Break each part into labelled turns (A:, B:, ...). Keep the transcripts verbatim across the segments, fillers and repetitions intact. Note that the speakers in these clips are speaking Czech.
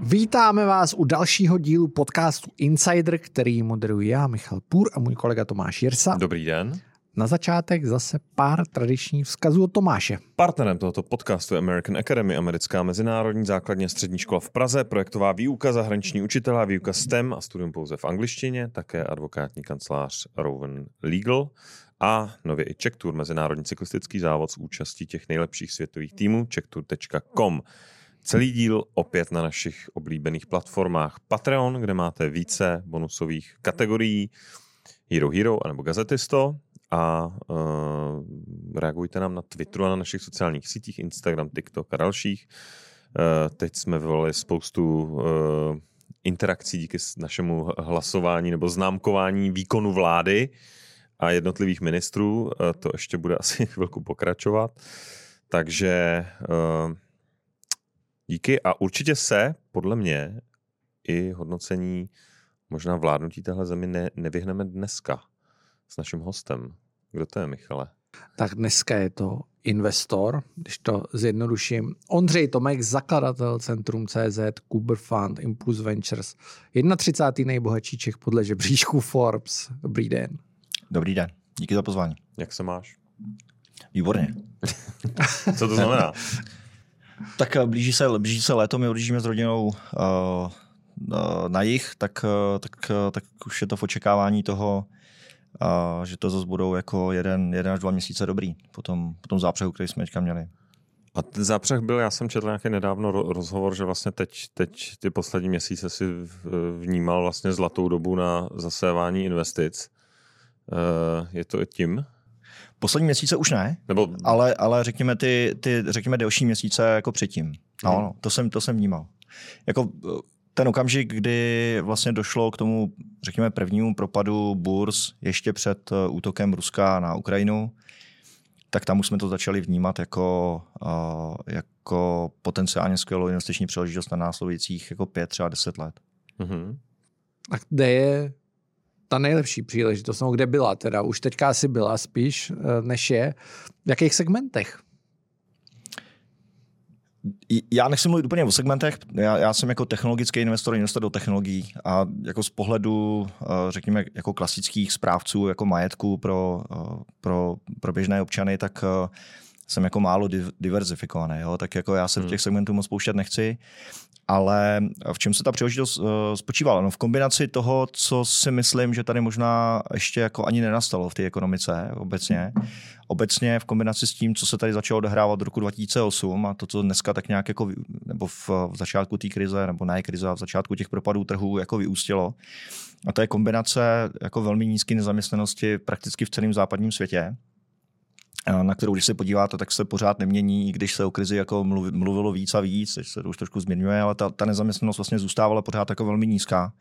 A: Vítáme vás u dalšího dílu podcastu Insider, který moderuji já, Michal Půr, a můj kolega Tomáš Jirsa.
B: Dobrý den.
A: Na začátek zase pár tradičních vzkazů od Tomáše.
B: Partnerem tohoto podcastu je American Academy, americká mezinárodní základně střední škola v Praze, projektová výuka, zahraniční učitelé, výuka S T E M a studium pouze v angličtině, také advokátní kancelář Rowan Legal a nově i Czech Tour, mezinárodní cyklistický závod s účastí těch nejlepších světových týmů, czech tour tečka com. Celý díl opět na našich oblíbených platformách Patreon, kde máte více bonusových kategorií, Hero Hero anebo Gazetisto, a uh, reagujte nám na Twitteru a na našich sociálních sítích, Instagram, TikTok a dalších. Uh, teď jsme vyvolali spoustu uh, interakcí díky našemu hlasování nebo známkování výkonu vlády a jednotlivých ministrů. Uh, to ještě bude asi chvilku pokračovat. Takže uh, díky a určitě se, podle mě, i hodnocení možná vládnutí téhle zemi ne, nevyhneme dneska s naším hostem. Kdo to je, Michale?
A: Tak dneska je to investor, když to zjednoduším. Ondřej Tomek, zakladatel Centrum tečka cé zet, Kuber Fund, Impulse Ventures, třicátý první nejbohatší Čech podle žebříčku Forbes. Dobrý den.
C: Dobrý den, díky za pozvání.
B: Jak se máš?
C: Výborně.
B: Co to znamená?
C: Tak blíží se, blíží se léto, my odjíždíme s rodinou uh, uh, na jih, tak, uh, tak, uh, tak už je to v očekávání toho, uh, že to zase budou jako jeden, jeden až dva měsíce dobrý po tom, po tom zápřehu, který jsme teďka měli.
B: A ten zápřeh byl, já jsem četl nějaký nedávno rozhovor, že vlastně teď, teď ty poslední měsíce si vnímal vlastně zlatou dobu na zasévání investic. Uh, je to i tím?
C: Poslední měsíce už ne,
B: Nebo...
C: ale, ale řekněme ty, ty řekněme delší měsíce jako předtím. No, hmm. no, to jsem, to jsem vnímal. Jako ten okamžik, kdy vlastně došlo k tomu, řekněme, prvnímu propadu burz ještě před útokem Ruska na Ukrajinu, tak tam už jsme to začali vnímat jako, uh, jako potenciálně skvělou investiční příležitost na následujících jako pět, třeba deset let.
B: Hmm.
A: A kde je ta nejlepší příležitost, no kde byla teda? Už teďka asi byla spíš, než je. V jakých segmentech?
C: Já nechci mluvit úplně o segmentech, já, já jsem jako technologický investor, investor do technologií a jako z pohledu, řekněme, jako klasických správců jako majetku pro, pro, pro běžné občany, tak jsem jako málo diverzifikovaný, jo? Tak jako já se do těch segmentů moc pouštět nechci, ale v čem se ta příležitost uh, spočívala? No v kombinaci toho, co si myslím, že tady možná ještě jako ani nenastalo v té ekonomice obecně. Obecně v kombinaci s tím, co se tady začalo odehrávat od roku dva tisíce osm a to, co dneska tak nějak jako, nebo v, v začátku té krize, nebo ne krize, a v začátku těch propadů trhů jako vyústilo. A to je kombinace jako velmi nízké nezaměstnanosti prakticky v celém západním světě, na kterou, když se podíváte, tak se pořád nemění, i když se o krizi jako mluvilo víc a víc, teď se to už trošku změňuje, ale ta, ta nezaměstnanost vlastně zůstávala pořád jako velmi nízká.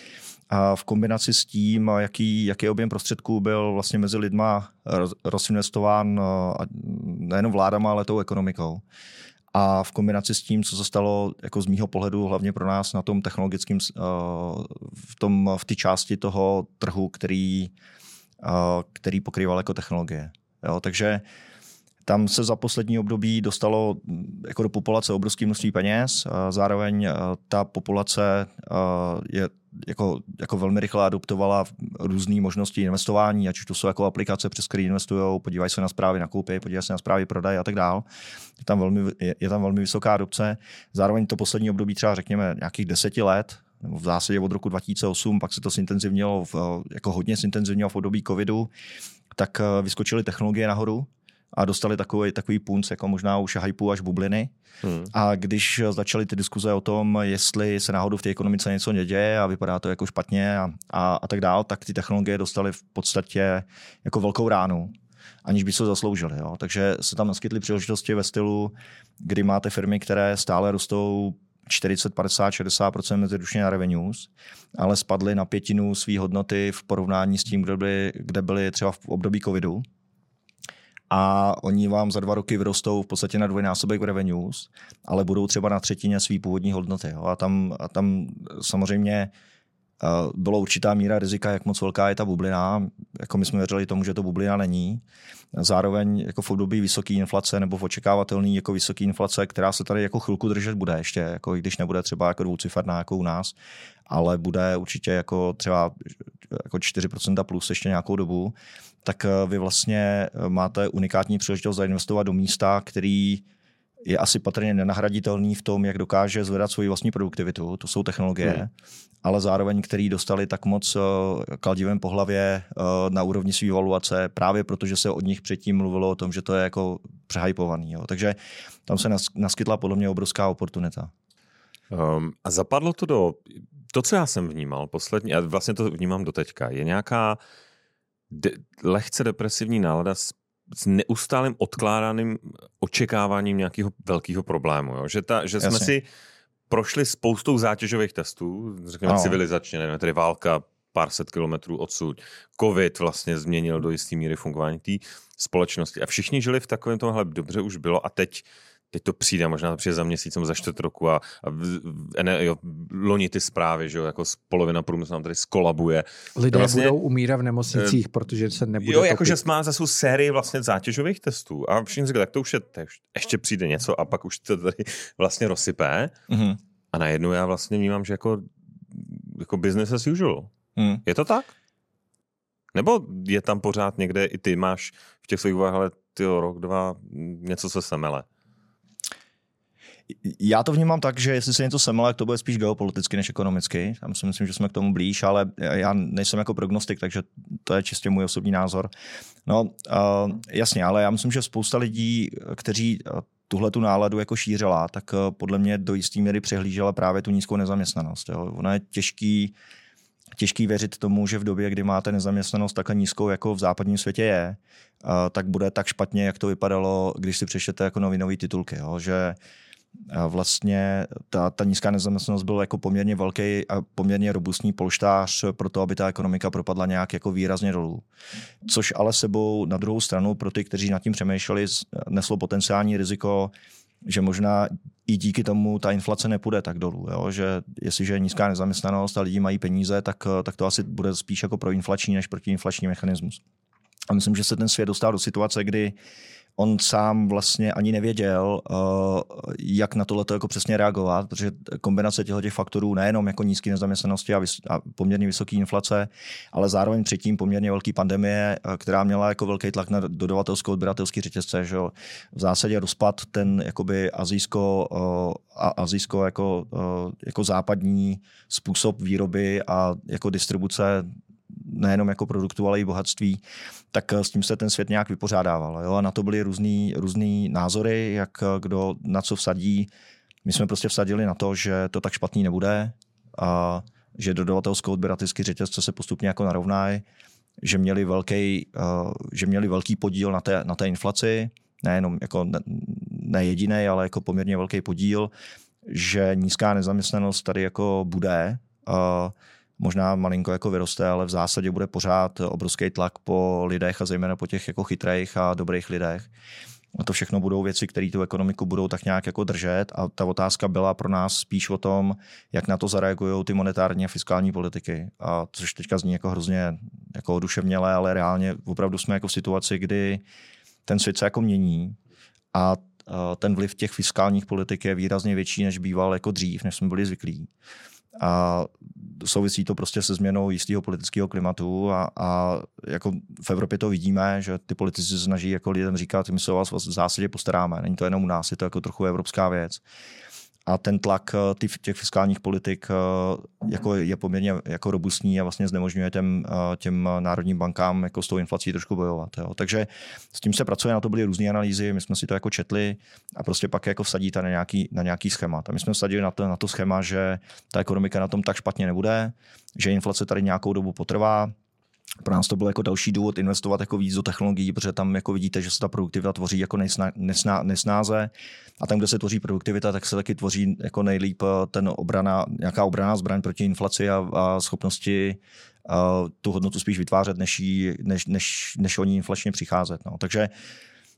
C: A v kombinaci s tím, jaký, jaký objem prostředků byl vlastně mezi lidma rozinvestován nejenom vládama, ale tou ekonomikou. A v kombinaci s tím, co se stalo jako z mýho pohledu, hlavně pro nás na tom technologickém, v, tom, v té části toho trhu, který, který pokrýval jako technologie. Jo, takže tam se za poslední období dostalo jako do populace obrovské množství peněz. Zároveň ta populace je jako, jako velmi rychle adoptovala různé možnosti investování, ať už to jsou jako aplikace, přes které investují, podívají se na zprávy nakupy, podívají se na zprávy prodaje a tak dál. Je tam velmi, je, je tam velmi vysoká adopce. Zároveň to poslední období třeba řekněme nějakých deseti let, nebo v zásadě od roku dva tisíce osm, pak se to zintenzivnilo, v, jako hodně zintenzivnilo v období covidu, tak vyskočily technologie nahoru a dostali takový, takový punc, jako možná už hypeu až bubliny. Hmm. A když začaly ty diskuze o tom, jestli se náhodou v té ekonomice něco neděje a vypadá to jako špatně a, a, a tak dál, tak ty technologie dostaly v podstatě jako velkou ránu, aniž by se to zasloužili. Jo. Takže se tam naskytly příležitosti ve stylu, kdy máte firmy, které stále rostou čtyřicet, padesát, šedesát procent meziročně na revenues, ale spadly na pětinu své hodnoty v porovnání s tím, kde byly, kde byly třeba v období covidu. A oni vám za dva roky vyrostou v podstatě na dvojnásobek revenues, ale budou třeba na třetině své původní hodnoty. Jo. A, tam, a tam samozřejmě Byla určitá míra rizika, jak moc velká je ta bublina. Jako my jsme věřili tomu, že to bublina není. Zároveň jako v období vysoké inflace nebo v očekávatelný jako vysoké inflace, která se tady jako chvilku držet bude ještě, jako i když nebude třeba jako dvouciferná jako u nás, ale bude určitě jako třeba jako čtyři procenta plus ještě nějakou dobu, tak vy vlastně máte unikátní příležitost zainvestovat do místa, který je asi patrně nenahraditelný v tom, jak dokáže zvedat svoji vlastní produktivitu, to jsou technologie, hmm. ale zároveň, který dostali tak moc kladivem po hlavě na úrovni své valuace, právě protože se od nich předtím mluvilo o tom, že to je jako přehypovaný. Jo. Takže tam se naskytla podle mě obrovská oportunita.
B: Um, a zapadlo to do... To, co já jsem vnímal poslední, a vlastně to vnímám doteďka, je nějaká de- lehce depresivní nálada s s neustálým odkládaným očekáváním nějakého velkého problému. Jo? Že, ta, že jsme si prošli spoustou zátěžových testů, řekněme no. civilizačně, nevím, tedy válka pár set kilometrů odsud, covid vlastně změnil do jisté míry fungování té společnosti a všichni žili v takovém tomhle, dobře už bylo a teď Teď to přijde, možná to přijde za měsíc, za čtvrt roku a, a ne, jo, loni ty zprávy, že jo, jako polovina průmyslu nám tady skolabuje.
A: Lidé vlastně, budou umírat v nemocnicích, e, protože se nebude
B: Jo, jakože má zase sérii vlastně zátěžových testů a všichni říkají, tak to už je, tak ještě přijde něco a pak už to tady vlastně rozsypé. Mm-hmm. A najednou já vlastně vnímám, že jako, jako business as usual. Mm. Je to tak? Nebo je tam pořád někde, i ty máš v těch svých úvahách, ale tyjo, rok, dva, něco se semele?
C: Já to vnímám tak, že jestli se něco semele, tak to bude spíš geopoliticky než ekonomicky. Já si myslím, že jsme k tomu blíž, ale já nejsem jako prognostik, takže to je čistě můj osobní názor. No uh, jasně, ale já myslím, že spousta lidí, kteří tuhle tu náladu jako šířila, tak uh, podle mě do jistý míry přehlížela právě tu nízkou nezaměstnanost. Jo. Ona je těžký, těžký věřit tomu, že v době, kdy máte nezaměstnanost takhle nízkou, jako v západním světě je, uh, tak bude tak špatně, jak to vypadalo, když si přečtete jako novinové titulky. Jo. Že vlastně ta, ta nízká nezaměstnanost byl jako poměrně velký a poměrně robustní polštář pro to, aby ta ekonomika propadla nějak jako výrazně dolů. Což ale sebou na druhou stranu pro ty, kteří nad tím přemýšleli, neslo potenciální riziko, že možná i díky tomu ta inflace nepůjde tak dolů. Jo? Že jestliže je nízká nezaměstnanost a lidi mají peníze, tak, tak to asi bude spíš jako proinflační než protiinflační mechanismus. A myslím, že se ten svět dostal do situace, kdy on sám vlastně ani nevěděl, jak na tohle jako přesně reagovat, protože kombinace těchto těch faktorů, nejenom jako nízké nezaměstnanosti a, vys- a poměrně vysoké inflace, ale zároveň předtím poměrně velké pandemie, která měla jako velký tlak na dodavatelsko-odběratelský řetězce, že v zásadě rozpad ten jakoby azijsko, a azijsko jako, jako západní způsob výroby a jako distribuce nejenom jako produktu, ale i bohatství, tak s tím se ten svět nějak vypořádával. Jo? A na to byly různý, různý názory, jak kdo na co vsadí. My jsme prostě vsadili na to, že to tak špatný nebude a že dodavatelsko-odběratelský řetězce se postupně jako narovnají, že měli velký, uh, že měli velký podíl na té, na té inflaci, nejenom jako ne, ne jedinej, ale jako poměrně velký podíl, že nízká nezaměstnanost tady jako bude, uh, možná malinko jako vyroste, ale v zásadě bude pořád obrovský tlak po lidech a zejména po těch jako chytrých a dobrých lidech. A to všechno budou věci, které tu ekonomiku budou tak nějak jako držet a ta otázka byla pro nás spíš o tom, jak na to zareagují ty monetární a fiskální politiky. A což teďka zní jako hrozně jako oduševněle, ale reálně opravdu jsme jako v situaci, kdy ten svět se jako mění a ten vliv těch fiskálních politik je výrazně větší, než býval jako dřív, než jsme byli zvyklí. A souvisí to prostě se změnou jistého politického klimatu a, a jako v Evropě to vidíme, že ty politici se snaží jako lidem říkat, my se o vás v zásadě postaráme. Není to jenom u nás, je to jako trochu evropská věc. A ten tlak těch fiskálních politik jako je poměrně jako robustní a vlastně znemožňuje těm, těm národním bankám jako s tou inflací trošku bojovat. Jo. Takže s tím se pracuje, na to byly různé analýzy, my jsme si to jako četli a prostě pak jako vsadíte na nějaký, na nějaký schémat. A my jsme vsadili na to, na to schéma, že ta ekonomika na tom tak špatně nebude, že inflace tady nějakou dobu potrvá. Pro nás to byl jako další důvod investovat jako víc do technologií, protože tam jako vidíte, že se ta produktivita tvoří jako nesná, nesná, nesnáze a tam, kde se tvoří produktivita, tak se taky tvoří jako nejlíp ten obrana, nějaká obranná zbraň proti inflaci a, a schopnosti uh, tu hodnotu spíš vytvářet, než, jí, než, než, než o ní inflačně přicházet. No. Takže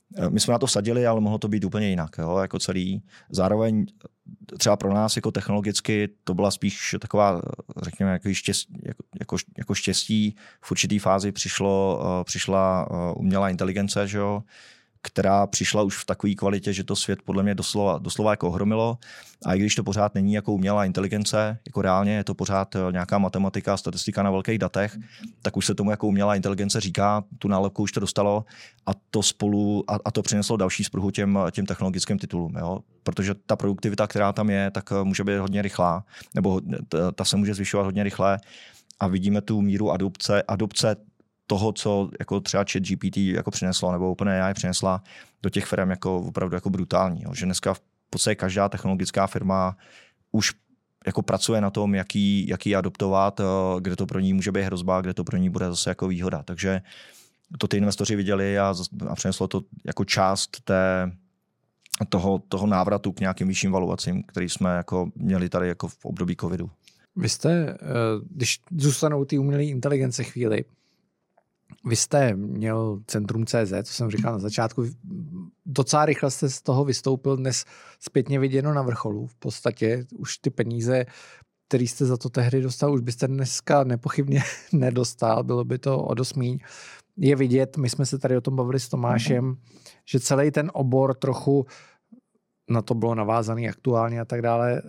C: My jsme na to vsadili, ale mohlo to být úplně jinak, jo, jako celý. Zároveň třeba pro nás jako technologicky to byla spíš taková, řekněme, jako štěstí, jako, jako, jako štěstí. V určitý fázi přišlo, přišla umělá inteligence, že jo, která přišla už v takové kvalitě, že to svět podle mě doslova, doslova jako ohromilo. A i když to pořád není jako umělá inteligence, jako reálně je to pořád nějaká matematika, statistika na velkých datech, tak už se tomu jako umělá inteligence říká, tu nálepku už to dostalo a to spolu a, a to přineslo další spruhu těm, těm technologickým titulům. Jo? Protože ta produktivita, která tam je, tak může být hodně rychlá, nebo ta, ta se může zvyšovat hodně rychle a vidíme tu míru adopce, adopce toho, co jako třeba ChatGPT jako přineslo, nebo OpenAI přinesla do těch firm jako opravdu jako brutální. Jo. Že dneska v podstatě každá technologická firma už jako pracuje na tom, jaký, jaký adoptovat, kde to pro ní může být hrozba, kde to pro ní bude zase jako výhoda. Takže to ty investoři viděli a, a přineslo to jako část té, toho, toho návratu k nějakým vyšším valuacím, který jsme jako měli tady jako v období covidu.
A: Vy jste, když zůstanou ty umělé inteligence chvíli, vy jste měl Centrum C Z, co jsem říkal na začátku, docela rychle jste z toho vystoupil, dnes zpětně viděno na vrcholu. V podstatě už ty peníze, které jste za to tehdy dostal, už byste dneska nepochybně nedostal, bylo by to o dost míň. Je vidět, my jsme se tady o tom bavili s Tomášem, mm-hmm. že celý ten obor trochu, na to bylo navázaný aktuálně a tak dále,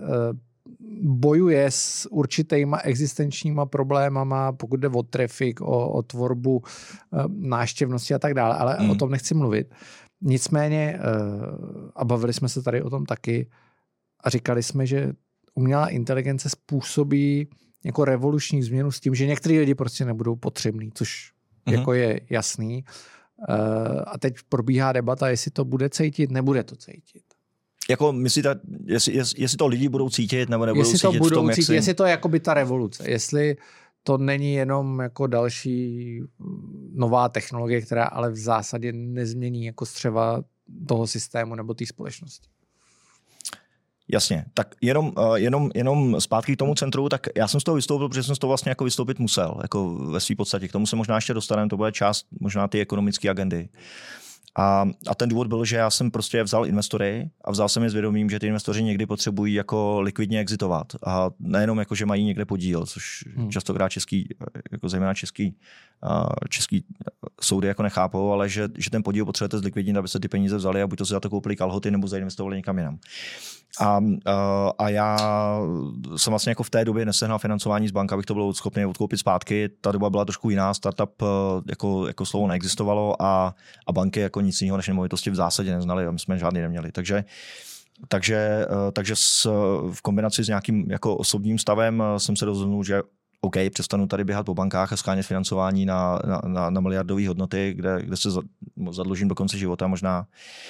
A: bojuje s určitýma existenčníma problémama, pokud jde o trafik, o, o tvorbu návštěvnosti a tak dále, ale mm. o tom nechci mluvit. Nicméně, a bavili jsme se tady o tom taky, a říkali jsme, že umělá inteligence způsobí jako revoluční změnu s tím, že některý lidi prostě nebudou potřební, což mm. jako je jasný. A teď probíhá debata, jestli to bude cítit, nebude to cítit.
C: Jako myslíte, jestli, jestli to lidi budou cítit, nebo nebudou
A: jestli
C: cítit
A: to budou
C: v tom,
A: cítit,
C: jak si...
A: jestli to je jakoby ta revoluce, jestli to není jenom jako další nová technologie, která ale v zásadě nezmění jako střeva toho systému nebo té společnosti.
C: Jasně, tak jenom, jenom, jenom zpátky k tomu centru, tak já jsem z toho vystoupil, protože jsem z toho vlastně jako vystoupit musel, jako ve své podstatě. K tomu se možná ještě dostaneme, to bude část možná ty ekonomické agendy. A, a ten důvod byl, že já jsem prostě vzal investory a vzal jsem je s vědomím, že ty investoři někdy potřebují jako likvidně exitovat. A nejenom jako, že mají někde podíl, což hmm. častokrát český, jako zejména český, český soudy jako nechápou, ale že, že ten podíl potřebujete zlikvidnit, aby se ty peníze vzali a buď to si za to koupili kalhoty, nebo zainvestovali někam jinam. A, a já jsem vlastně jako v té době nesehnal financování z banky, abych to byl schopný odkoupit zpátky. Ta doba byla trošku jiná, startup jako, jako slovo neexistovalo a, a banky jako nic jiného než nemovitosti v zásadě neznali a my jsme žádný neměli. Takže, takže, takže s, v kombinaci s nějakým jako osobním stavem jsem se rozhodnul, že OK, přestanu tady běhat po bankách a shánět financování na, na, na, na miliardové hodnoty, kde, kde se zadlužím do konce života možná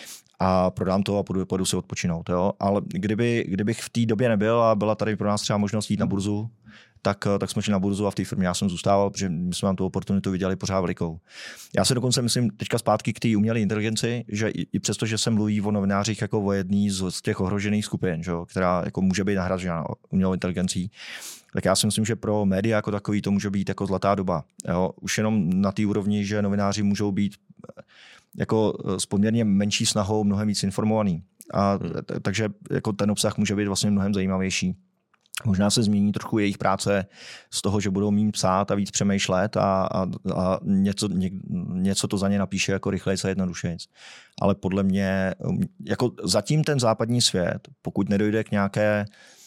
C: a prodám to a půjdu, půjdu si odpočinout. Jo? Ale kdyby, kdybych v té době nebyl a byla tady pro nás třeba možnost jít na burzu, tak, tak jsme šli na burzu a v té firmě já jsem zůstával, protože my jsme vám tu oportunitu viděli pořád velikou. Já si dokonce myslím teďka zpátky k té umělé inteligenci, že i, i přesto, že se mluví o novinářích jako o jedný z, z těch ohrožených skupin, že, která jako může být nahrazena umělou inteligencí, tak já si myslím, že pro média jako takový to může být jako zlatá doba. Jo? Už jenom na té úrovni, že novináři můžou být jako s poměrně menší snahou mnohem víc informovaný. A t- takže jako ten obsah může být vlastně mnohem zajímavější. Možná se změní trochu jejich práce z toho, že budou méně psát a víc přemýšlet a, a, a něco, ně, něco to za ně napíše jako rychleji a jednodušeji. Ale podle mě, jako zatím ten západní svět, pokud nedojde k nějaké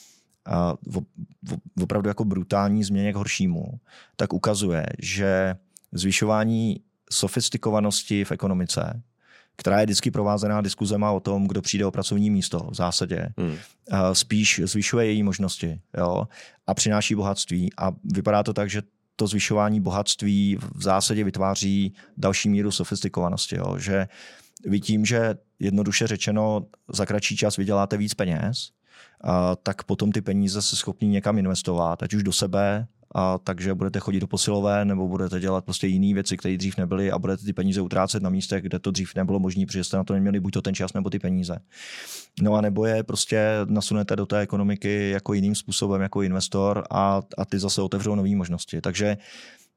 C: a, v, v, opravdu jako brutální změně k horšímu, tak ukazuje, že zvyšování sofistikovanosti v ekonomice, která je vždycky provázená diskuzema o tom, kdo přijde o pracovní místo v zásadě, hmm. spíš zvyšuje její možnosti, jo, a přináší bohatství. A vypadá to tak, že to zvyšování bohatství v zásadě vytváří další míru sofistikovanosti. Jo, že vy tím, že jednoduše řečeno za kratší čas vyděláte víc peněz, a tak potom ty peníze se schopní někam investovat, ať už do sebe, a takže budete chodit do posilové nebo budete dělat prostě jiné věci, které dřív nebyly a budete ty peníze utrácet na místech, kde to dřív nebylo možné, protože jste na to neměli buď to ten čas nebo ty peníze. No a nebo je prostě nasunete do té ekonomiky jako jiným způsobem jako investor a, a ty zase otevřou nové možnosti. Takže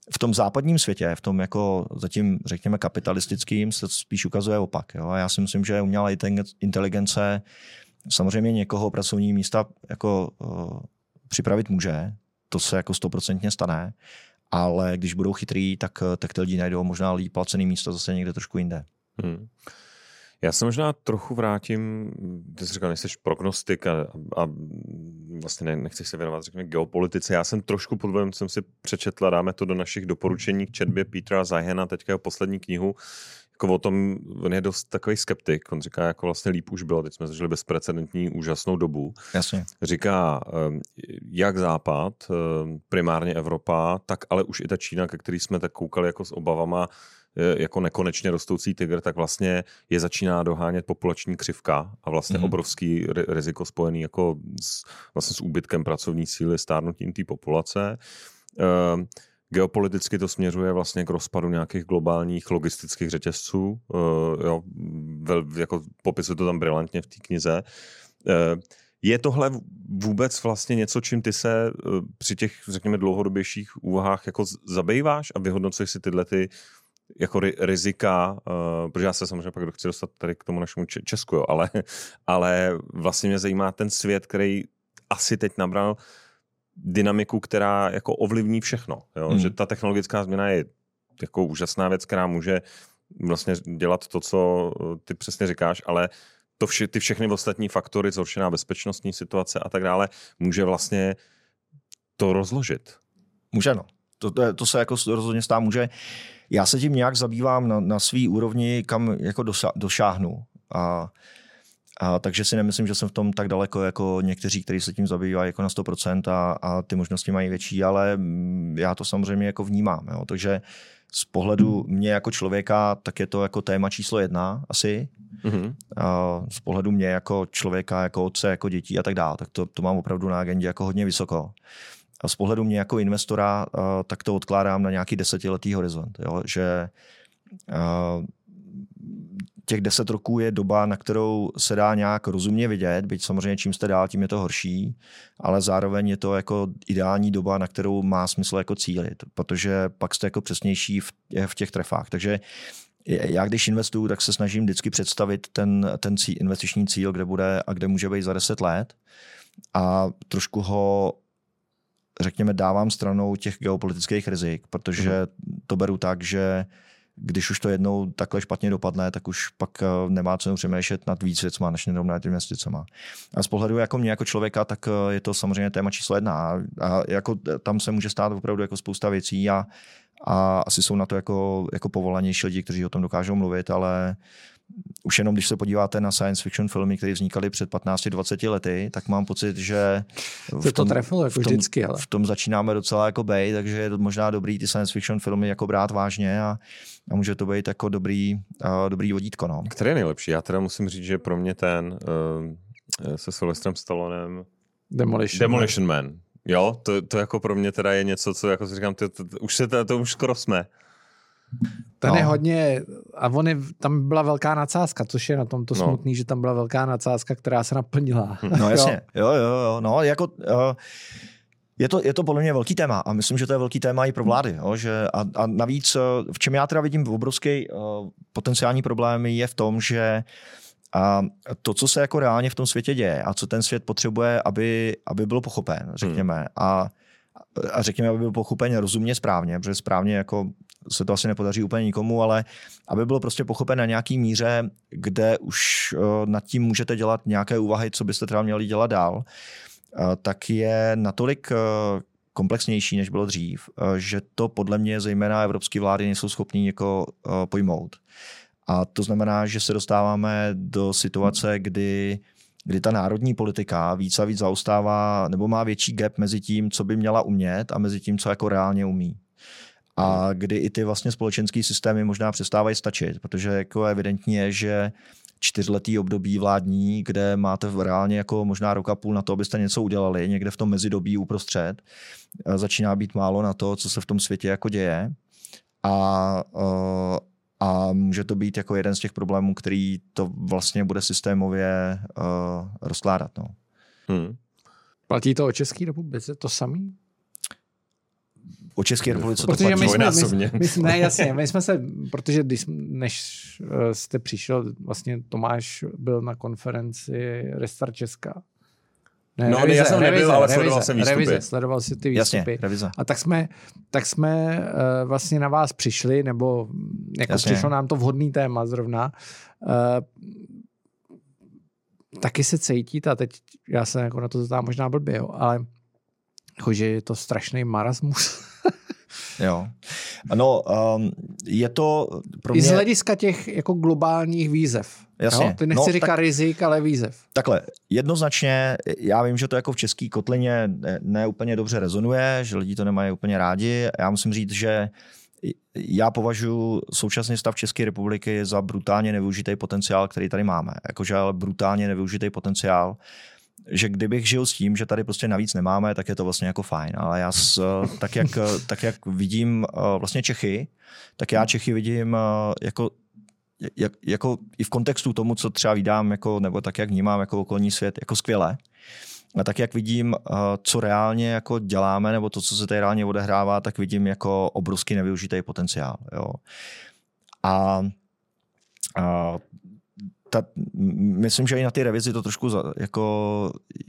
C: v tom západním světě, v tom jako zatím řekněme kapitalistickým, se spíš ukazuje opak. Jo? A já si myslím, že umělá inteligence samozřejmě někoho pracovní místa jako uh, připravit může, to se jako stoprocentně stane, ale když budou chytrý, tak, tak ty lidi najdou možná líp placený místo zase někde trošku jinde. Hmm.
B: Já se možná trochu vrátím, ty jsi říkal, nejsi prognostik a, a vlastně ne, nechceš se věnovat, řekněme, geopolitice. Já jsem trošku pod vlivem, jsem si přečetla, dáme to do našich doporučení k četbě Petera Zajhena, teďka jeho poslední knihu, jako o tom, on je dost takový skeptik, on říká, jako vlastně líp už bylo, teď jsme zažili bezprecedentní úžasnou dobu.
C: Jasně.
B: Říká, jak Západ, primárně Evropa, tak ale už i ta Čína, ke který jsme tak koukali jako s obavama, jako nekonečně rostoucí tygr, tak vlastně je začíná dohánět populační křivka a vlastně mm-hmm. obrovský riziko spojený jako s, vlastně s úbytkem pracovní síly, stárnutím té populace. E, geopoliticky to směřuje vlastně k rozpadu nějakých globálních logistických řetězců. E, jo, vel, jako popisuje to tam brilantně v té knize. E, je tohle vůbec vlastně něco, čím ty se při těch, řekněme, dlouhodobějších úvahách jako zabýváš a vyhodnocuješ si tyhle ty jako rizika, uh, protože já se samozřejmě pak chci dostat tady k tomu našemu Česku, jo, ale, ale vlastně mě zajímá ten svět, který asi teď nabral dynamiku, která jako ovlivní všechno. Jo? Mm. Že ta technologická změna je jako úžasná věc, která může vlastně dělat to, co ty přesně říkáš, ale to vše, ty všechny ostatní faktory, zhoršená bezpečnostní situace a tak dále, může vlastně to rozložit.
C: Může, no. To, to, to se jako rozhodně stát může. Já se tím nějak zabývám na, na svý úrovni, kam jako dosa, došáhnu. A, a takže si nemyslím, že jsem v tom tak daleko jako někteří, kteří se tím zabývají jako na sto procent a, a ty možnosti mají větší, ale já to samozřejmě jako vnímám. Jo. Takže z pohledu mě jako člověka, tak je to jako téma číslo jedna asi. Mm-hmm. A z pohledu mě jako člověka, jako otce, jako dětí a tak dále, tak to, to mám opravdu na agendě jako hodně vysoko. A z pohledu mě jako investora, uh, tak to odkládám na nějaký desetiletý horizont. Jo? Že uh, těch deset roků je doba, na kterou se dá nějak rozumně vidět, byť samozřejmě čím jste dál, tím je to horší, ale zároveň je to jako ideální doba, na kterou má smysl jako cílit, protože pak jste jako přesnější v, v těch trefách. Takže já když investuju, tak se snažím vždycky představit ten, ten cíl, investiční cíl, kde bude a kde může být za deset let a trošku ho řekněme, dávám stranou těch geopolitických rizik, protože to beru tak, že když už to jednou takhle špatně dopadne, tak už pak nemá cenu přemýšlet nad víc věcma, než jenom nad investicema. A z pohledu jako mě jako člověka, tak je to samozřejmě téma číslo jedna. A jako tam se může stát opravdu jako spousta věcí a, a asi jsou na to jako, jako povolanější lidi, kteří o tom dokážou mluvit, ale už jenom když se podíváte na science fiction filmy, které vznikaly před patnácti dvaceti lety, tak mám pocit, že
A: v tom, to trefilo jako v tom, vždycky, ale.
C: v tom začínáme docela jako bej, takže je možná dobrý ty science fiction filmy jako brát vážně a, a může to být jako dobrý, uh, dobrý vodítko. No.
B: Který je nejlepší? Já teda musím říct, že pro mě ten uh, se Sylvestrem Stallonem
A: Demolition,
B: Demolition Man. Man. Jo, to, to jako pro mě teda je něco, co jako si říkám, to, to, to, už se to, to už skoro jsme.
A: Ten no. je hodně, a on je, tam byla velká nadsázka, což je na tom to no. smutný, že tam byla velká nadsázka, která se naplnila.
C: No jasně, jo, jo, jo, no jako uh, je to, je to podle mě velký téma a myslím, že to je velký téma i pro vlády, jo, že a, a navíc, v čem já teda vidím obrovský uh, potenciální problém je v tom, že a to, co se jako reálně v tom světě děje a co ten svět potřebuje, aby, aby byl pochopen, řekněme, hmm. a a řekněme, aby byl pochopen rozumně správně, protože správně jako se to asi nepodaří úplně nikomu, ale aby bylo prostě pochopen na nějaký míře, kde už nad tím můžete dělat nějaké úvahy, co byste třeba měli dělat dál, tak je natolik komplexnější, než bylo dřív, že to podle mě zejména evropské vlády nejsou schopní jako pojmout. A to znamená, že se dostáváme do situace, kdy kdy ta národní politika víc a víc zaostává nebo má větší gap mezi tím, co by měla umět a mezi tím, co jako reálně umí. A kdy i ty vlastně společenský systémy možná přestávají stačit, protože jako evidentně je, že čtyřletý období vládní, kde máte reálně jako možná rok a půl na to, abyste něco udělali, někde v tom mezidobí uprostřed, začíná být málo na to, co se v tom světě jako děje. A A může to být jako jeden z těch problémů, který to vlastně bude systémově uh, rozkládat. No.
A: Hmm. Platí to o České republice to samý?
C: O České republice to
A: protože
C: platí
A: my jsme,
B: dvojnásobně.
A: my, my, ne, jasně, my jsme se, protože když, než jste přišel, vlastně Tomáš byl na konferenci Restart Česka.
B: Ne, no, revize, já jsem nebyl,
A: revize,
B: ale
A: revize,
B: sledoval jsem výstupy.
A: Revize, sledoval si ty výstupy.
C: Jasně, revize.
A: A tak jsme, tak jsme uh, vlastně na vás přišli, nebo jako
C: Jasně.
A: přišlo nám to vhodný téma zrovna. Uh, taky se cítíte, a teď já se jako na to zdám možná blbě, jo, ale jako, že je to strašný marasmus.
C: Jo. No, um, je to pro mě...
A: I z hlediska těch jako globálních výzev.
C: Jasně.
A: Jo? Ty nechci
C: no,
A: říkat
C: tak,
A: rizik, ale výzev.
C: Takhle, jednoznačně, já vím, že to jako v české kotlině ne, ne úplně dobře rezonuje, že lidi to nemají úplně rádi. Já musím říct, že já považuji současný stav České republiky za brutálně nevyužitý potenciál, který tady máme. Jakože ale brutálně nevyužitý potenciál, že kdybych žil s tím, že tady prostě navíc nemáme, tak je to vlastně jako fajn. Ale já s, tak, jak, tak jak vidím vlastně Čechy, tak já Čechy vidím jako, jak, jako i v kontextu tomu, co třeba vídám, jako, nebo tak, jak vnímám jako okolní svět, jako skvěle. A tak, jak vidím, co reálně jako děláme, nebo to, co se tady reálně odehrává, tak vidím jako obrovský nevyužitý potenciál. Jo. A, a ta, myslím, že i na ty revizi to trošku jako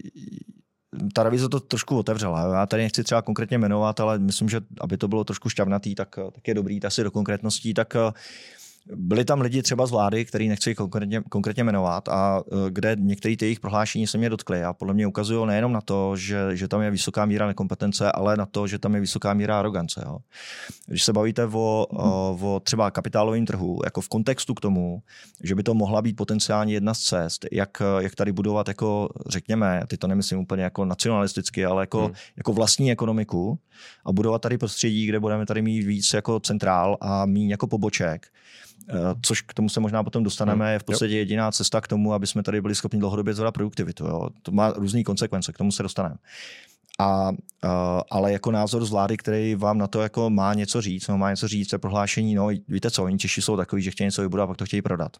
C: ta revize to trošku otevřela. Já tady nechci třeba konkrétně jmenovat, ale myslím, že aby to bylo trošku šťavnatý, tak, tak je dobrý jít asi do konkrétností, tak byli tam lidi třeba z vlády, který nechci konkrétně, konkrétně jmenovat a kde některé ty jejich prohlášení se mě dotkly a podle mě ukazují nejenom na to, že, že tam je vysoká míra nekompetence, ale na to, že tam je vysoká míra arogance. Jo. Když se bavíte o, o, o třeba kapitálovém trhu, jako v kontextu k tomu, že by to mohla být potenciálně jedna z cest, jak, jak tady budovat, jako řekněme, ty to nemyslím úplně jako nacionalisticky, ale jako, hmm. jako vlastní ekonomiku a budovat tady prostředí, kde budeme tady mít víc jako centrál a míň jako poboček, což k tomu se možná potom dostaneme, je v podstatě jediná cesta k tomu, aby jsme tady byli schopni dlouhodobě zvedat produktivitu. Jo. To má různé konsekvence, k tomu se dostaneme. A, a, ale jako názor z vlády, který vám na to jako má něco říct, no má něco říct, je prohlášení, no víte co, oni Češi jsou takový, že chtějí něco vybudovat a pak to chtějí prodat.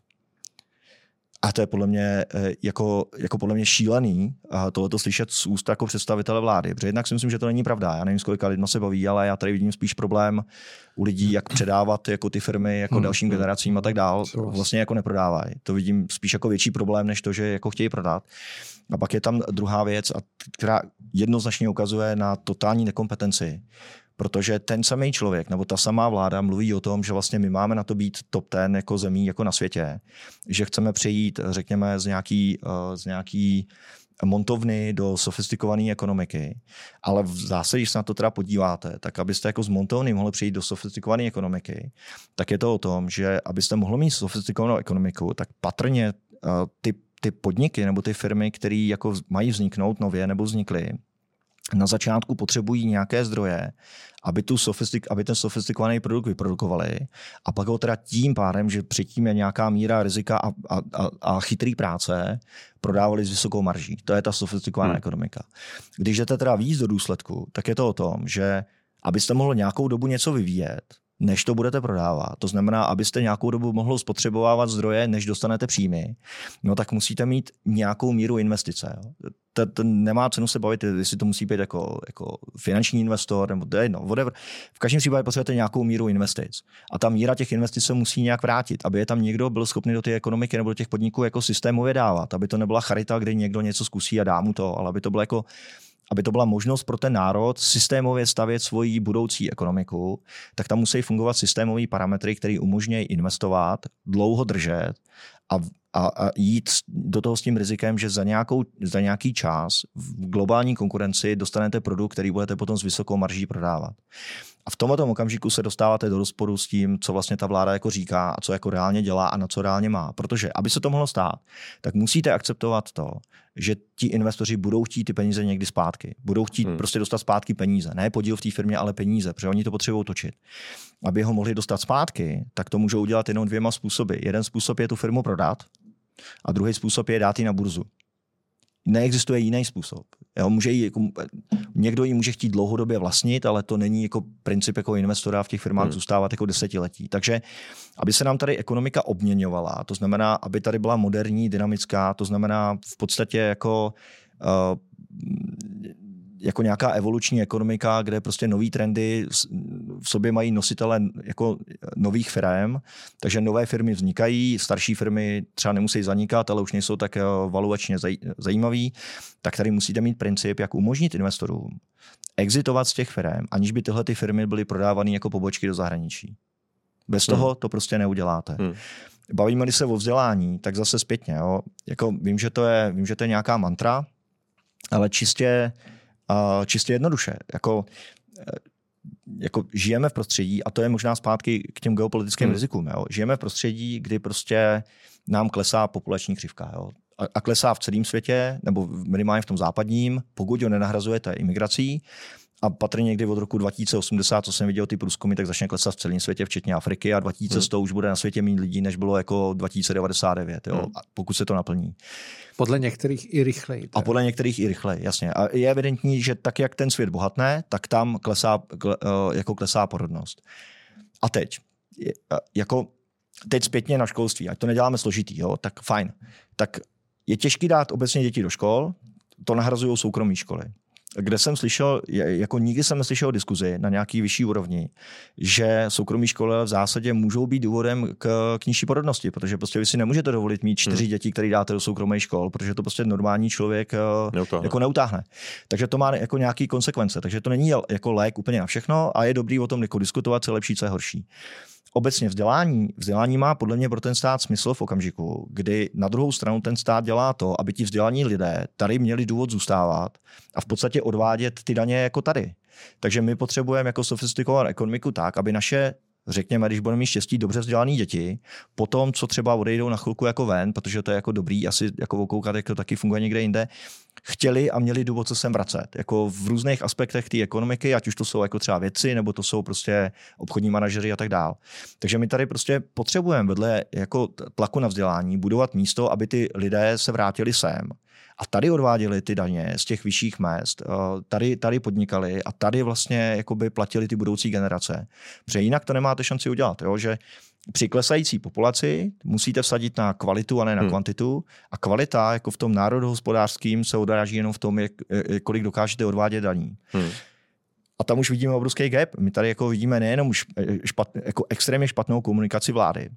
C: A to je podle mě jako, jako podle mě šílený tohleto slyšet z úst jako představitele vlády. Protože jednak si myslím, že to není pravda. Já nevím, s kolika lidma se baví, ale já tady vidím spíš problém u lidí, jak předávat jako ty firmy jako hmm. dalším generacím a tak dál. Vlastně jako neprodávají. To vidím spíš jako větší problém, než to, že jako chtějí prodat. A pak je tam druhá věc, která jednoznačně ukazuje na totální nekompetenci. Protože ten samý člověk nebo ta samá vláda mluví o tom, že vlastně my máme na to být top ten jako zemí jako na světě, že chceme přejít, řekněme, z nějaký, z nějaký montovny do sofistikované ekonomiky. Ale v zásadě, když se na to teda podíváte, tak abyste jako z montovny mohli přejít do sofistikované ekonomiky, tak je to o tom, že abyste mohli mít sofistikovanou ekonomiku, tak patrně ty, ty podniky nebo ty firmy, které jako mají vzniknout nově nebo vznikly, na začátku potřebují nějaké zdroje, aby, tu sofistik, aby ten sofistikovaný produkt vyprodukovali a pak ho teda tím pádem, že předtím je nějaká míra rizika a, a, a, a chytrý práce, prodávali s vysokou marží. To je ta sofistikovaná hmm. ekonomika. Když jdete teda víc do důsledku, tak je to o tom, že abyste mohli nějakou dobu něco vyvíjet, než to budete prodávat. To znamená, abyste nějakou dobu mohli spotřebovávat zdroje, než dostanete příjmy, no tak musíte mít nějakou míru investice. To, to nemá cenu se bavit, jestli to musí být jako, jako finanční investor, nebo no, whatever. V každém případě potřebujete nějakou míru investic. A ta míra těch investic se musí nějak vrátit, aby je tam někdo byl schopný do té ekonomiky nebo do těch podniků jako systémově dávat. Aby to nebyla charita, kde někdo něco zkusí a dá mu to, ale aby to bylo jako aby to byla možnost pro ten národ systémově stavět svoji budoucí ekonomiku, tak tam musí fungovat systémové parametry, které umožňují investovat, dlouho držet a, a, a jít do toho s tím rizikem, že za, nějakou, za nějaký čas v globální konkurenci dostanete produkt, který budete potom s vysokou marží prodávat. A v tomto okamžiku se dostáváte do rozporu s tím, co vlastně ta vláda jako říká a co jako reálně dělá a na co reálně má. Protože aby se to mohlo stát, tak musíte akceptovat to, že ti investoři budou chtít ty peníze někdy zpátky. Budou chtít hmm. prostě dostat zpátky peníze. Ne podíl v té firmě, ale peníze, protože oni to potřebují točit. Aby ho mohli dostat zpátky, tak to můžou udělat jenom dvěma způsoby. Jeden způsob je tu firmu prodat a druhý způsob je dát ji na burzu. Neexistuje jiný způsob. Jo, může jí, jako, někdo ji může chtít dlouhodobě vlastnit, ale to není jako princip jako investora v těch firmách hmm. zůstávat jako desetiletí. Takže aby se nám tady ekonomika obměňovala, to znamená, aby tady byla moderní, dynamická, to znamená v podstatě jako uh, jako nějaká evoluční ekonomika, kde prostě nový trendy v sobě mají nositele jako nových firm, takže nové firmy vznikají, starší firmy třeba nemusí zanikat, ale už nejsou tak valuačně zajímavý, tak tady musíte mít princip, jak umožnit investorům exitovat z těch firm, aniž by tyhle ty firmy byly prodávané jako pobočky do zahraničí. Bez toho hmm. to prostě neuděláte. Hmm. Bavíme-li se o vzdělání, tak zase zpětně. Jo? Jako vím, že to je, vím, že to je nějaká mantra, ale čistě, uh, čistě jednoduše. Jako, jako žijeme v prostředí, a to je možná zpátky k těm geopolitickým hmm. rizikům. Jo? Žijeme v prostředí, kdy prostě nám klesá populační křivka. Jo? A, a klesá v celém světě, nebo minimálně v tom západním, pokud ho nenahrazujete imigrací. A patrně někdy od roku dva tisíce osmdesát, co jsem viděl ty průzkumy, tak začne klesat v celém světě, včetně Afriky, a dva tisíce sto hmm. už bude na světě méně lidí, než bylo jako dva tisíce devadesát devět, jo? Hmm. pokud se to naplní.
A: Podle některých i rychleji.
C: A podle některých i rychleji, jasně. A je evidentní, že tak, jak ten svět bohatne, tak tam klesá, jako klesá porodnost. A teď, jako teď zpětně na školství, ať to neděláme složitý, jo? Tak fajn. Tak je těžký dát obecně děti do škol, to nahrazují soukromé školy. Kde jsem slyšel, jako nikdy jsem neslyšel diskuzi na nějaký vyšší úrovni, že soukromé školy v zásadě můžou být důvodem k, k nižší porodnosti, protože prostě vy si nemůžete dovolit mít čtyři hmm. děti, které dáte do soukromých škol, protože to prostě normální člověk neutáhne. jako neutáhne. Takže to má jako nějaký konsekvence, takže to není jako lék úplně na všechno a je dobrý o tom jako diskutovat, co je lepší, co je horší. Obecně vzdělání, vzdělání má podle mě pro ten stát smysl v okamžiku, kdy na druhou stranu ten stát dělá to, aby ti vzdělaní lidé tady měli důvod zůstávat a v podstatě odvádět ty daně jako tady. Takže my potřebujeme jako sofistikovat ekonomiku tak, aby naše, řekněme, když budeme mít štěstí, dobře vzdělaný děti, potom, co třeba odejdou na chvilku jako ven, protože to je jako dobrý, asi jako okoukat, jak to taky funguje někde jinde, chtěli a měli důvod se sem vracet. Jako v různých aspektech té ekonomiky, ať už to jsou jako třeba vědci, nebo to jsou prostě obchodní manažeři a tak dál. Takže my tady prostě potřebujeme vedle jako tlaku na vzdělání budovat místo, aby ty lidé se vrátili sem a tady odváděli ty daně z těch vyšších mezd, tady, tady podnikali a tady vlastně jakoby platili ty budoucí generace. Protože jinak to nemáte šanci udělat, jo? Že při klesající populaci musíte vsadit na kvalitu a ne na hmm. kvantitu a kvalita jako v tom národohospodářským se odráží jenom v tom, jak, kolik dokážete odvádět daní. Hmm. A tam už vidíme obrovský gap. My tady jako vidíme nejenom špat, jako extrémně špatnou komunikaci vlády,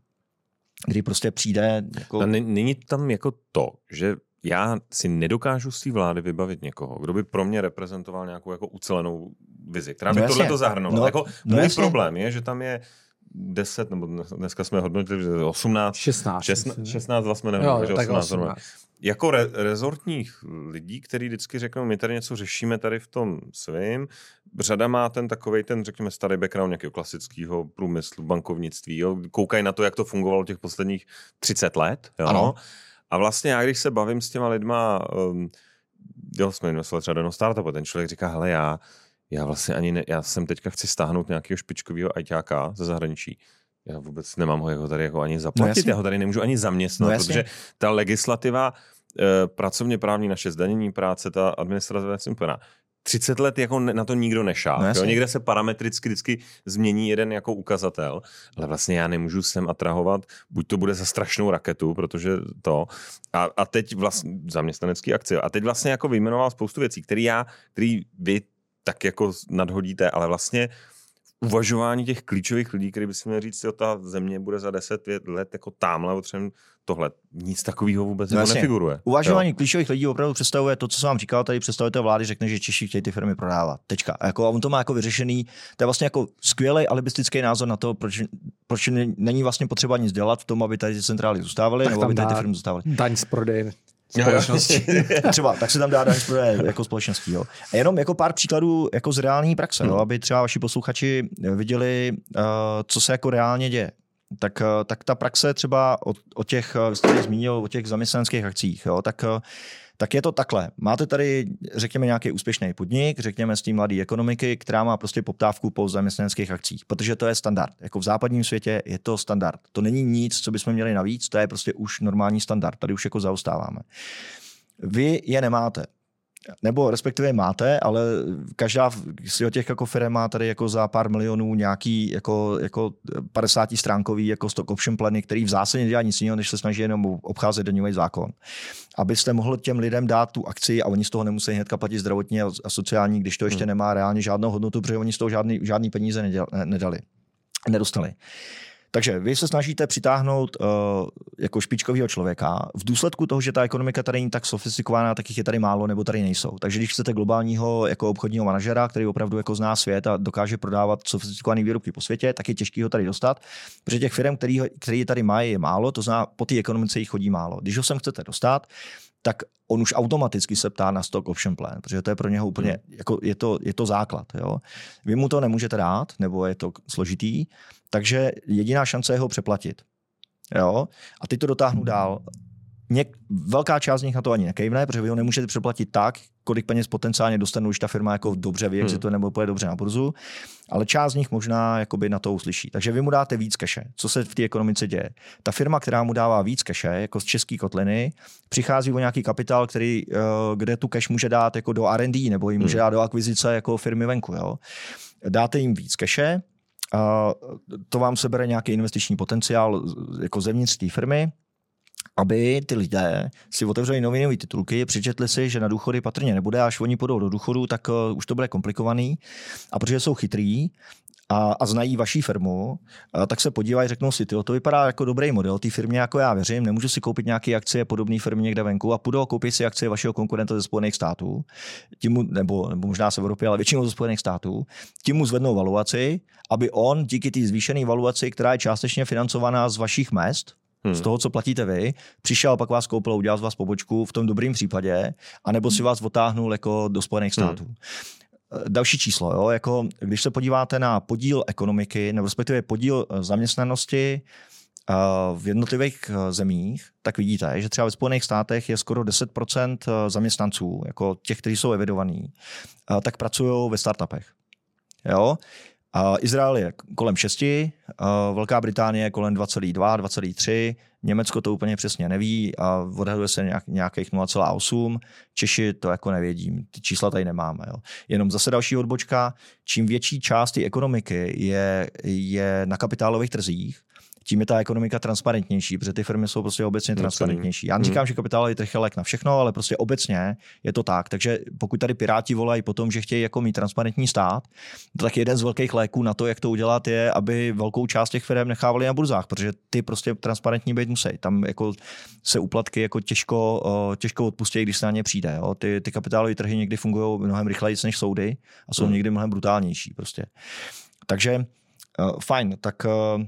C: kdy prostě přijde... Jako...
B: Není tam jako to, že já si nedokážu z té vlády vybavit někoho, kdo by pro mě reprezentoval nějakou jako ucelenou vizi, která by no tohle to zahrnovala. No, jako, no můj problém je, že tam je deset, nebo dneska jsme hodnotili osmnáct,
A: šestnáct,
B: šestnáct, šestnáct vlastně nevím, osmnáct. Jako re, rezortních lidí, kteří vždycky řeknou, my tady něco řešíme tady v tom svým. Řada má ten takovej, ten řekněme starý background nějakého klasického průmyslu, bankovnictví. Jo? Koukají na to, jak to fungovalo těch posledních třicet let. Jo? Ano. A vlastně já, když se bavím s těma lidma, um, jo, jsme investovali třeba do startupu, ten člověk říká, hele, já Já vlastně ani ne, já jsem teďka chci stáhnout nějakého špičkového ajťáka ze zahraničí. Já vůbec nemám ho jeho tady jako ani zaplatit, no já ho tady nemůžu ani zaměstnat, no protože ta legislativa, e, pracovně právní naše zdanění práce, ta administrativa je úplná. třicet let jako na to nikdo nešáhl. No někde se parametricky vždycky změní jeden jako ukazatel, ale vlastně já nemůžu sem atrahovat, buď to bude za strašnou raketu, protože to, a, a teď vlastně zaměstnanecký akcie, a teď vlastně jako vyjmenoval spoustu věcí, který já, který vy tak jako nadhodíte, ale vlastně uvažování těch klíčových lidí, který by si měl říct, že ta země bude za deset let jako tamhle, potřebujeme tohle. Nic takového vůbec no nefiguruje.
C: Uvažování jo. klíčových lidí opravdu představuje to, co jsem vám říkal, tady představujete vlády, řekne, že Češi chtějí ty firmy prodávat. Tečka. A jako, on to má jako vyřešený, to je vlastně jako skvělý alibistický názor na to, proč, proč není vlastně potřeba nic dělat v tom, aby tady ty centrály zůstávaly, nebo aby tady ty firmy zůstávaly.
A: Daň z prodeje společnosti.
C: Třeba, tak se tam dá daň z prodeje jako společností. Jo. A jenom jako pár příkladů jako z reální praxe, hmm. jo, aby třeba vaši posluchači viděli, uh, co se jako reálně děje. Tak, uh, tak ta praxe třeba o, o těch, jste tady zmínil, o těch zaměstnaneckých akcích, jo, tak uh, tak je to takhle. Máte tady, řekněme, nějaký úspěšný podnik, řekněme z té mladé ekonomiky, která má prostě poptávku po zaměstnaneckých akcích, protože to je standard. Jako v západním světě je to standard. To není nic, co bychom měli navíc, to je prostě už normální standard. Tady už jako zaostáváme. Vy je nemáte. Nebo respektive máte, ale každá z těch jako firm má tady jako za pár milionů nějaký jako, jako padesátistránkový jako stock option plany, který v zásadě nedělá nic jiného, než se snaží jenom obcházet daňový zákon. Abyste mohli těm lidem dát tu akci a oni z toho nemusí hnedka platit zdravotní a sociální, když to ještě hmm. nemá reálně žádnou hodnotu, protože oni z toho žádný, žádný peníze neděl, nedali, nedostali. Takže vy se snažíte přitáhnout uh, jako špičkového člověka. V důsledku toho, že ta ekonomika tady není tak sofistikovaná, tak jich je tady málo nebo tady nejsou. Takže když chcete globálního jako obchodního manažera, který opravdu jako zná svět a dokáže prodávat sofistikované výrobky po světě, tak je těžký ho tady dostat, protože těch firm, který, který tady mají, je málo, to znamená, po té ekonomice jich chodí málo. Když ho sem chcete dostat, tak on už automaticky se ptá na stock option plan, protože to je pro něho úplně, hmm. jako je to, je to základ. Jo? Vy mu to nemůžete dát, nebo je to složitý, takže jediná šance je ho přeplatit. Jo? A teď to dotáhnu dál. Něk, velká část z nich na to ani nekejvne, protože vy ho nemůžete přeplatit tak, kolik peněz potenciálně dostanou, když ta firma jako dobře vyexituje hmm. nebo půjde dobře na burzu, ale část z nich možná jakoby na to uslyší. Takže vy mu dáte víc keše. Co se v té ekonomice děje? Ta firma, která mu dává víc keše, jako z české kotliny, přichází o nějaký kapitál, který, kde tu cash může dát jako do R and D nebo jim může dát do akvizice jako firmy venku. Jo? Dáte jim víc keše, to vám sebere nějaký investiční potenciál jako zevnitř té firmy, aby ty lidé si otevřeli novinové titulky, přečetli si, že na důchody patrně nebude, až oni půjdou do důchodu, tak uh, už to bude komplikovaný. A protože jsou chytrý a, a znají vaší firmu, a, tak se podívají, řeknou si, tyjo, to vypadá jako dobrý model, té firmě jako já věřím, nemůžu si koupit nějaké akcie podobné firmě někde venku a půjdou koupit si akcie vašeho konkurenta ze Spojených států, tím mu, nebo, nebo možná z Evropy, ale většinou ze Spojených států, tím mu zvednou valuaci, aby on díky té zvýšené valuaci, která je částečně financovaná z vašich mezd, Hmm. z toho, co platíte vy, přišel, pak vás koupil, udělal z vás pobočku v tom dobrým případě, anebo si vás otáhnul jako do Spojených států. Hmm. Další číslo, jo, jako když se podíváte na podíl ekonomiky, nebo respektive podíl zaměstnanosti uh, v jednotlivých zemích, tak vidíte, že třeba ve Spojených státech je skoro deset procent zaměstnanců, jako těch, kteří jsou evidovaní, uh, tak pracují ve startupech. Jo? Uh, Izrael je kolem šesti, uh, Velká Británie kolem dva celá dva, dva celá tři, Německo to úplně přesně neví a odhaduje se nějak, nějakých nula celá osm, Češi to jako nevědí, ty čísla tady nemáme. Jo. Jenom zase další odbočka, čím větší část té ekonomiky je, je na kapitálových trzích, tím je ta ekonomika transparentnější, protože ty firmy jsou prostě obecně transparentnější. Já neříkám, hmm. že kapitálový trh je lék na všechno, ale prostě obecně je to tak. Takže pokud tady Piráti volají po tom, že chtějí jako mít transparentní stát, tak jeden z velkých léků na to, jak to udělat, je, aby velkou část těch firm nechávali na burzách, protože ty prostě transparentní být musí. Tam jako se úplatky jako těžko, těžko odpustí, když se na ně přijde. Jo. Ty, ty kapitálové trhy někdy fungují mnohem rychleji než soudy a jsou hmm. někdy mnohem brutálnější. Prostě. Takže uh, fajn, tak uh,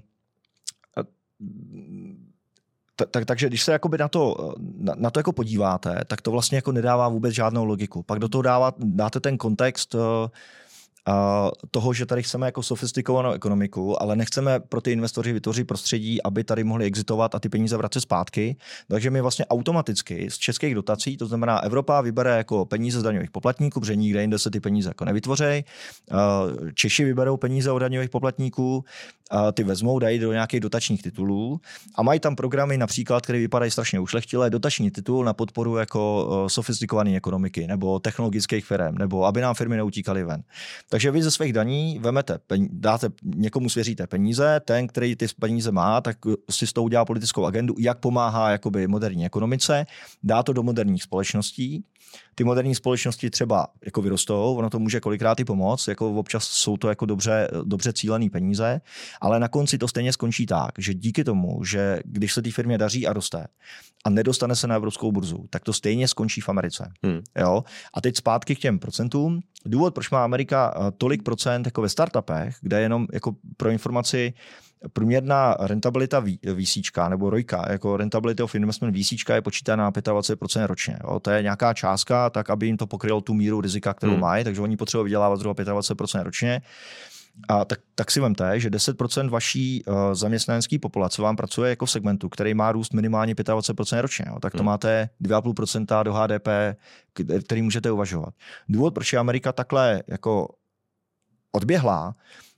C: Tak, takže když se jakoby na to, na, na to jako podíváte, tak to vlastně jako nedává vůbec žádnou logiku. Pak do toho dává, dáte ten kontext uh, uh, toho, že tady chceme jako sofistikovanou ekonomiku, ale nechceme pro ty investoři vytvořit prostředí, aby tady mohli exitovat a ty peníze vracet zpátky. Takže my vlastně automaticky z českých dotací, to znamená Evropa vybere jako peníze z daňových poplatníků, protože nikde jinde se ty peníze jako nevytvoří. Uh, Češi vyberou peníze od daňových poplatníků, ty vezmou, dají do nějakých dotačních titulů a mají tam programy například, které vypadají strašně ušlechtilé, dotační titul na podporu jako sofistikované ekonomiky nebo technologických firm, nebo aby nám firmy neutíkaly ven. Takže vy ze svých daní vemete, dáte, někomu svěříte peníze, ten, který ty peníze má, tak si s tou udělá politickou agendu, jak pomáhá jakoby moderní ekonomice, dá to do moderních společností. Ty moderní společnosti třeba jako vyrostou, ono to může kolikrát i pomoct, jako občas jsou to jako dobře, dobře cílený peníze, ale na konci to stejně skončí tak, že díky tomu, že když se té firmě daří a roste a nedostane se na evropskou burzu, tak to stejně skončí v Americe. Hmm. Jo? A teď zpátky k těm procentům. Důvod, proč má Amerika tolik procent jako ve startupech, kde jenom jako pro informaci průměrná rentabilita VCčka nebo ROIka, jako rentability of investment VCčka je počítaná na dvacet pět procent ročně. Jo. To je nějaká částka, tak aby jim to pokrylo tu míru rizika, kterou hmm. mají, takže oni potřebují vydělávat zhruba dvacet pět procent ročně. A tak, tak si vemte, že deset procent vaší uh, zaměstnanecké populace vám pracuje jako v segmentu, který má růst minimálně dvacet pět procent ročně. Jo. Tak to hmm. máte dva celá pět procenta do H D P, který můžete uvažovat. Důvod, proč je Amerika takhle jako odběhlá,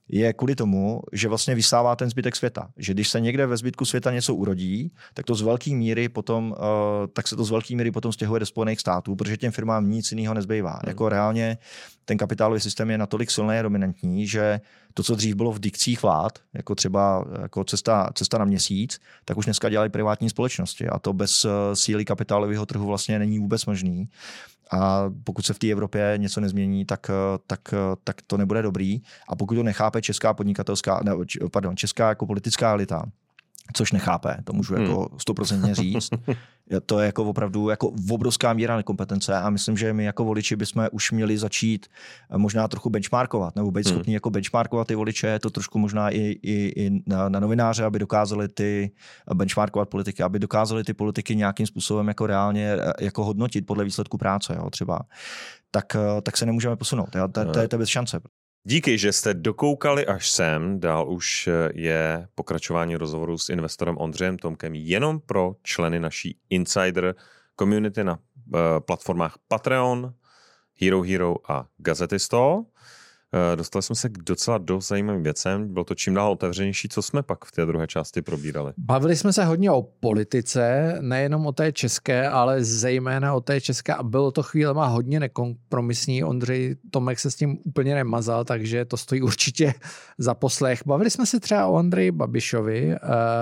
C: je kvůli tomu, že vlastně vysává ten zbytek světa. Že když se někde ve zbytku světa něco urodí, tak to z velké míry potom, uh, tak se to z velké míry potom stěhuje do Spojených států, protože těm firmám nic jiného nezbývá. Hmm. Jako reálně ten kapitálový systém je natolik silný a dominantní, že to, co dřív bylo v dikcích vlád, jako třeba jako cesta, cesta na měsíc, tak už dneska dělají privátní společnosti a to bez síly kapitálového trhu vlastně není vůbec možný. A pokud se v té Evropě něco nezmění, tak, tak, tak to nebude dobrý. A pokud to nechápe česká podnikatelská, ne, pardon, česká jako politická elita, což nechápe, to můžu hmm. jako stoprocentně říct, to je jako opravdu jako obrovská míra nekompetence a myslím, že my jako voliči bychom už měli začít možná trochu benchmarkovat, nebo být schopni hmm. jako benchmarkovat ty voliče, to trošku možná i, i, i na, na novináře, aby dokázali ty benchmarkovat politiky, aby dokázali ty politiky nějakým způsobem jako reálně jako hodnotit podle výsledku práce, jo, třeba. Tak, tak se nemůžeme posunout. To, to, to, to je bez šance.
B: Díky, že jste dokoukali až sem. Dál už je pokračování rozhovoru s investorem Ondřejem Tomkem jenom pro členy naší Insider community na uh, platformách Patreon, Hero Hero a Gazetisto. Uh, dostali jsme se k docela dost zajímavým věcem. Bylo to čím dál otevřenější. Co jsme pak v té druhé části probírali?
A: Bavili jsme se hodně o politice, nejenom o té české, ale zejména o té české a bylo to chvílema hodně nekompromisní. Ondřej Tomek se s tím úplně nemazal, takže to stojí určitě za poslech. Bavili jsme se třeba o Andreji Babišovi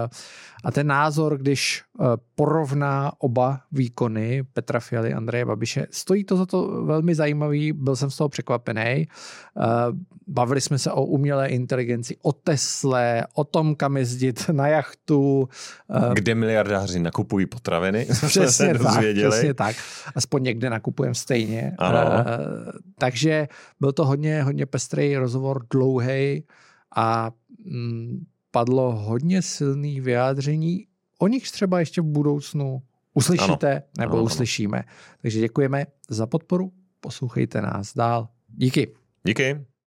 A: a ten názor, když porovná oba výkony Petra Fialy a Andreje Babiše, stojí to za to velmi zajímavý, byl jsem z toho překvapený. Bavili jsme se o umělé inteligenci, o Tesle, o tom, kam jezdit na jachtu.
B: Kde miliardáři nakupují potraviny.
A: Přesně tak, přesně tak. Aspoň někde nakupujeme stejně.
B: Ano.
A: Takže byl to hodně, hodně pestrý rozhovor, dlouhej a mm, padlo hodně silných vyjádření. O nich třeba ještě v budoucnu uslyšíte ano. nebo ano, uslyšíme. Takže děkujeme za podporu, poslouchejte nás dál. Díky.
B: Díky.